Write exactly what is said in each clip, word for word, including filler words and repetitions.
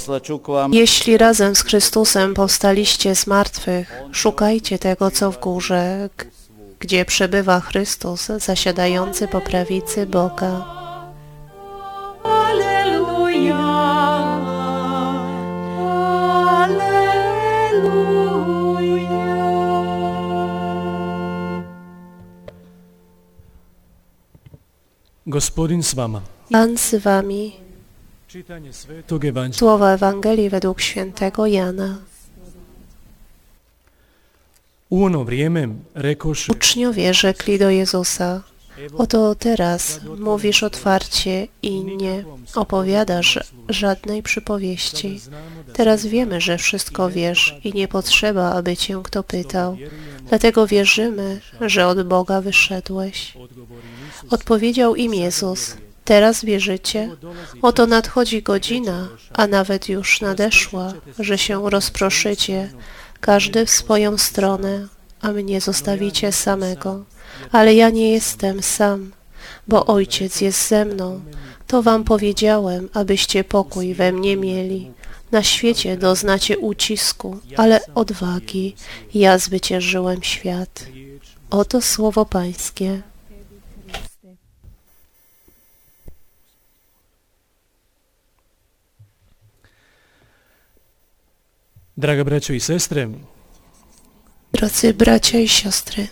Jeśli razem z Chrystusem powstaliście z martwych, szukajcie tego, co w górze, g- gdzie przebywa Chrystus, zasiadający po prawicy Boga. Alleluja, Alleluja. Gospodin s vama. Pan z wami. Čitanje Svetog Evanđelja. Słowa Ewangelii według świętego Jana. U ono vrijeme rekoše, Uczniowie rzekli do Jezusa: oto teraz mówisz otwarcie i nie opowiadasz żadnej przypowieści. Teraz wiemy, że wszystko wiesz i nie potrzeba, aby cię kto pytał. Dlatego wierzymy, że od Boga wyszedłeś. Odpowiedział im Jezus: teraz wierzycie? Oto nadchodzi godzina, a nawet już nadeszła, że się rozproszycie, każdy w swoją stronę, a mnie zostawicie samego. Ale ja nie jestem sam, bo Ojciec jest ze mną. To wam powiedziałem, abyście pokój we mnie mieli. Na świecie doznacie ucisku, ale odwagi. Ja zwyciężyłem świat. Oto słowo Pańskie. draga braćo i sestre, Drodzy bracia i siostry,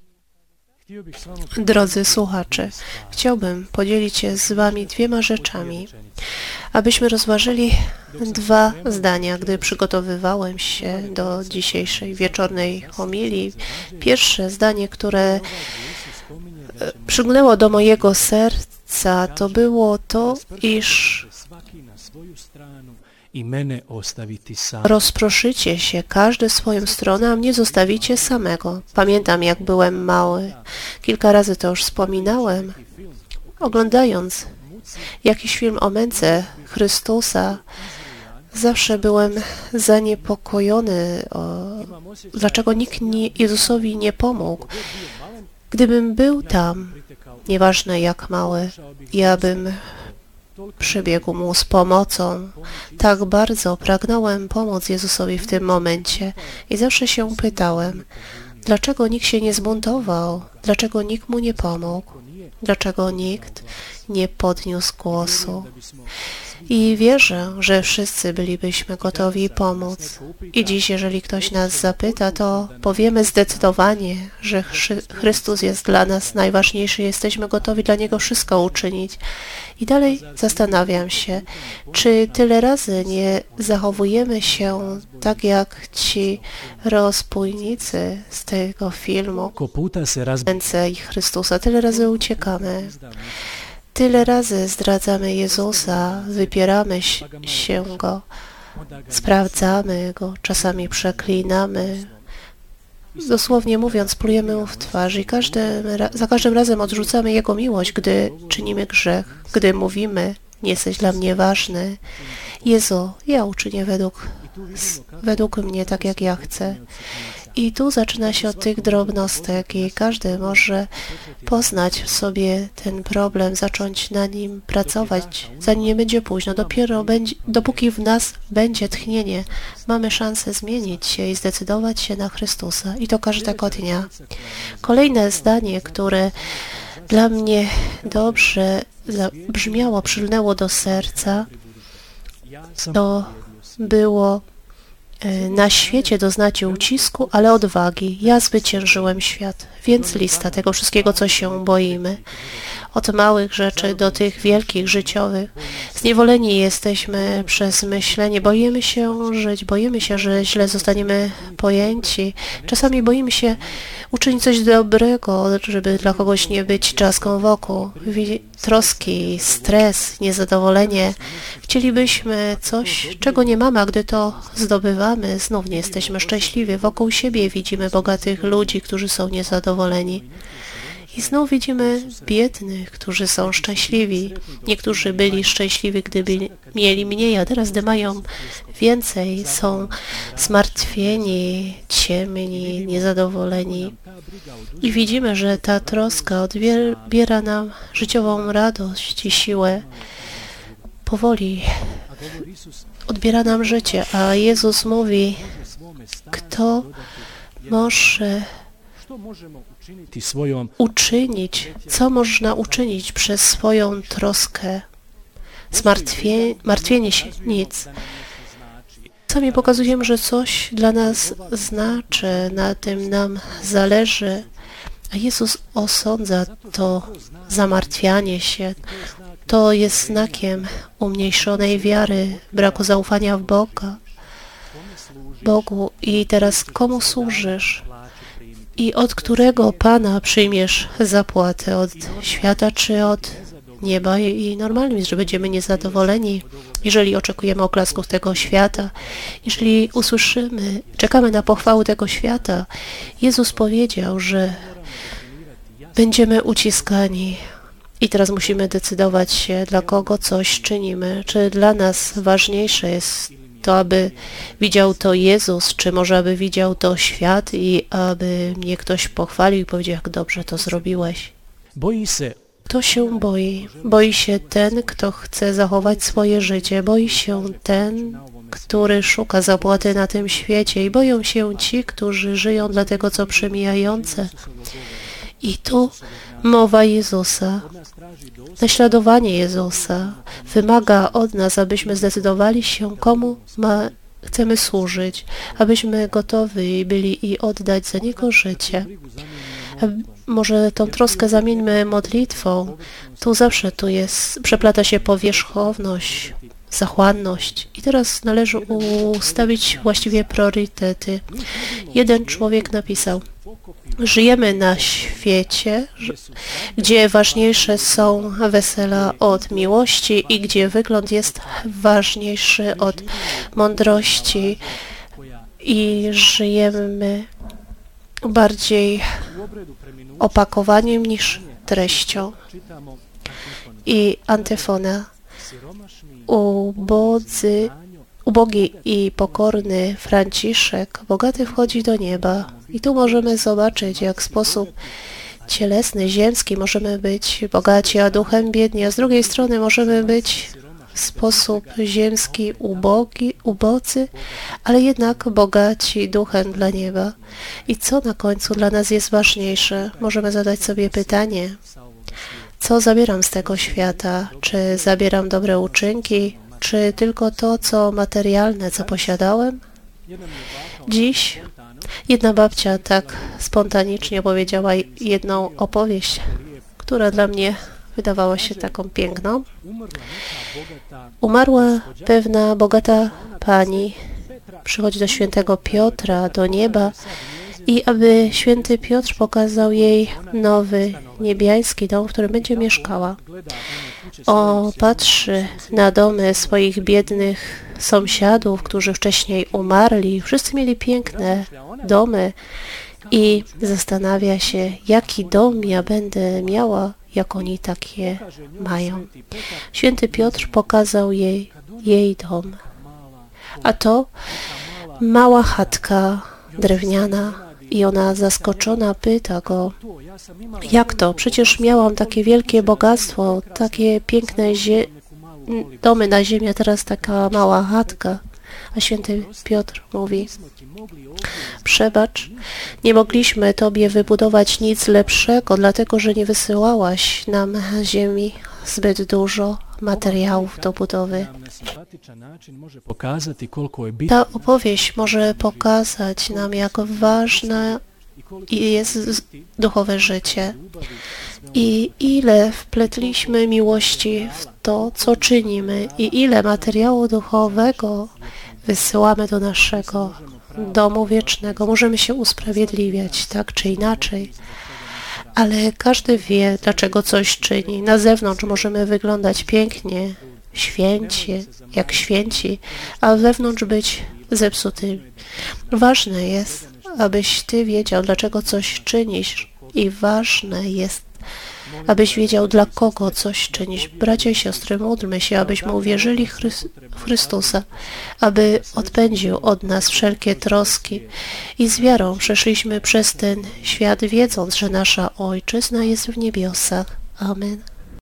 htio bih s vama drodzy słuchacze, chciałbym podzielić się z wami dwiema rzeczami, abyśmy rozważyli dwa zdania, gdy przygotowywałem się do dzisiejszej wieczornej homilii. Pierwsze zdanie, które e, przygnęło do mojego serca, to było to, iż svaki na svoju stranu i mene ostaviti sam. rozproszycie się każdy w swoją stronę, a mnie zostawicie samego. Pamiętam, jak byłem mały. Kilka razy to już wspominałem. Oglądając jakiś film o męce Chrystusa, zawsze byłem zaniepokojony, o, dlaczego nikt nie, Jezusowi nie pomógł. Gdybym był tam, nieważne jak mały, ja bym przybiegł mu z pomocą. Tak bardzo pragnąłem pomóc Jezusowi w tym momencie i zawsze się pytałem, dlaczego nikt się nie zbuntował, dlaczego nikt mu nie pomógł, dlaczego nikt nie podniósł głosu. I wierzę, że wszyscy bylibyśmy gotowi pomóc. I dziś, jeżeli ktoś nas zapyta, to powiemy zdecydowanie, że Chrystus jest dla nas najważniejszy. Jesteśmy gotowi dla Niego wszystko uczynić. I dalej zastanawiam się, czy tyle razy nie zachowujemy się tak jak ci rozbójnicy z tego filmu, Ko puta se raz... ręce i Chrystusa. Tyle razy uciekamy. Tyle razy zdradzamy Jezusa, wypieramy się Go, sprawdzamy Go, czasami przeklinamy. Dosłownie mówiąc, plujemy Mu w twarz i każdym, za każdym razem odrzucamy Jego miłość, gdy czynimy grzech, gdy mówimy, nie jesteś dla mnie ważny. Jezu, ja uczynię według, według mnie tak, jak ja chcę. I tu zaczyna się od tych drobnostek i każdy może poznać w sobie ten problem, zacząć na nim pracować, zanim nie będzie późno. Dopiero będzie, dopóki w nas będzie tchnienie, mamy szansę zmienić się i zdecydować się na Chrystusa. I to każdego dnia. Kolejne zdanie, które dla mnie dobrze brzmiało, przylnęło do serca, to było: na świecie doznacie ucisku, ale odwagi. Ja zwyciężyłem świat. Więc lista tego wszystkiego, co się boimy. Od małych rzeczy do tych wielkich, życiowych. Zniewoleni jesteśmy przez myślenie. Boimy się żyć. Boimy się, że źle zostaniemy pojęci. Czasami boimy się uczynić coś dobrego, żeby dla kogoś nie być czaską wokół. Troski, stres, niezadowolenie. Chcielibyśmy coś, czego nie mamy, a gdy to zdobywamy, znów nie jesteśmy szczęśliwi. Wokół siebie widzimy bogatych ludzi, którzy są niezadowoleni. I znów widzimy biednych, którzy są szczęśliwi. Niektórzy byli szczęśliwi, gdyby mieli mniej, a teraz, gdy mają więcej, są zmartwieni, ciemni, niezadowoleni. I widzimy, że ta troska odbiera nam życiową radość i siłę. Powoli odbiera nam życie, a Jezus mówi, kto może uczynić, co można uczynić przez swoją troskę, zmartwie, martwienie się, nic. Sami pokazujemy, że coś dla nas znaczy, na tym nam zależy, a Jezus osądza to zamartwianie się. To jest znakiem umniejszonej wiary, braku zaufania w Boga, Bogu. I teraz komu służysz? I od którego Pana przyjmiesz zapłatę? Od świata czy od nieba? I normalnym jest, że będziemy niezadowoleni, jeżeli oczekujemy oklasków tego świata. Jeżeli usłyszymy, czekamy na pochwały tego świata. Jezus powiedział, że będziemy uciskani. I teraz musimy decydować się, dla kogo coś czynimy. Czy dla nas ważniejsze jest to, aby widział to Jezus, czy może aby widział to świat i aby mnie ktoś pochwalił i powiedział, jak dobrze to zrobiłeś. Boi się. Kto się boi? Boi się ten, kto chce zachować swoje życie. Boi się ten, który szuka zapłaty na tym świecie. I boją się ci, którzy żyją dla tego, co przemijające. I tu mowa Jezusa, naśladowanie Jezusa wymaga od nas, abyśmy zdecydowali się, komu ma, chcemy służyć, abyśmy gotowi byli i oddać za Niego życie. Może tą troskę zamieńmy modlitwą. Tu zawsze tu jest, przeplata się powierzchowność, zachłanność. I teraz należy ustawić właściwie priorytety. Jeden człowiek napisał, żyjemy na świecie, gdzie ważniejsze są wesela od miłości i gdzie wygląd jest ważniejszy od mądrości i żyjemy bardziej opakowaniem niż treścią. I antyfona. Ubodzy, ubogi i pokorny Franciszek, bogaty wchodzi do nieba. I tu możemy zobaczyć, jak w sposób cielesny, ziemski możemy być bogaci, a duchem biedni, a z drugiej strony możemy być w sposób ziemski ubogi, ubocy, ale jednak bogaci duchem dla nieba. I co na końcu dla nas jest ważniejsze? Możemy zadać sobie pytanie, co zabieram z tego świata? Czy zabieram dobre uczynki? Czy tylko to, co materialne, co posiadałem? Dziś jedna babcia tak spontanicznie opowiedziała jedną opowieść, która dla mnie wydawała się taką piękną. Umarła pewna bogata pani, przychodzi do świętego Piotra, do nieba i aby święty Piotr pokazał jej nowy niebiański dom, w którym będzie mieszkała. O, patrzy na domy swoich biednych sąsiadów, którzy wcześniej umarli. Wszyscy mieli piękne domy i zastanawia się, jaki dom ja będę miała, jak oni takie mają. Święty Piotr pokazał jej jej dom, a to mała chatka drewniana i ona zaskoczona pyta go, jak to? Przecież miałam takie wielkie bogactwo, takie piękne zie- domy na ziemi, a teraz taka mała chatka. A święty Piotr mówi, przebacz, nie mogliśmy Tobie wybudować nic lepszego, dlatego że nie wysyłałaś nam z ziemi zbyt dużo materiałów do budowy. Ta opowieść może pokazać nam, jak ważne jest duchowe życie i ile wpletliśmy miłości w to, co czynimy i ile materiału duchowego wysyłamy do naszego domu wiecznego. Możemy się usprawiedliwiać tak czy inaczej, ale każdy wie, dlaczego coś czyni. Na zewnątrz możemy wyglądać pięknie, święcie, jak święci, a wewnątrz być zepsutymi. Ważne jest, abyś Ty wiedział, dlaczego coś czynisz i ważne jest, abyś wiedział, dla kogo coś czynisz. Bracia i siostry, módlmy się, abyśmy uwierzyli Chry- w Chrystusa, aby odpędził od nas wszelkie troski i z wiarą przeszliśmy przez ten świat, wiedząc, że nasza Ojczyzna jest w niebiosach. Amen.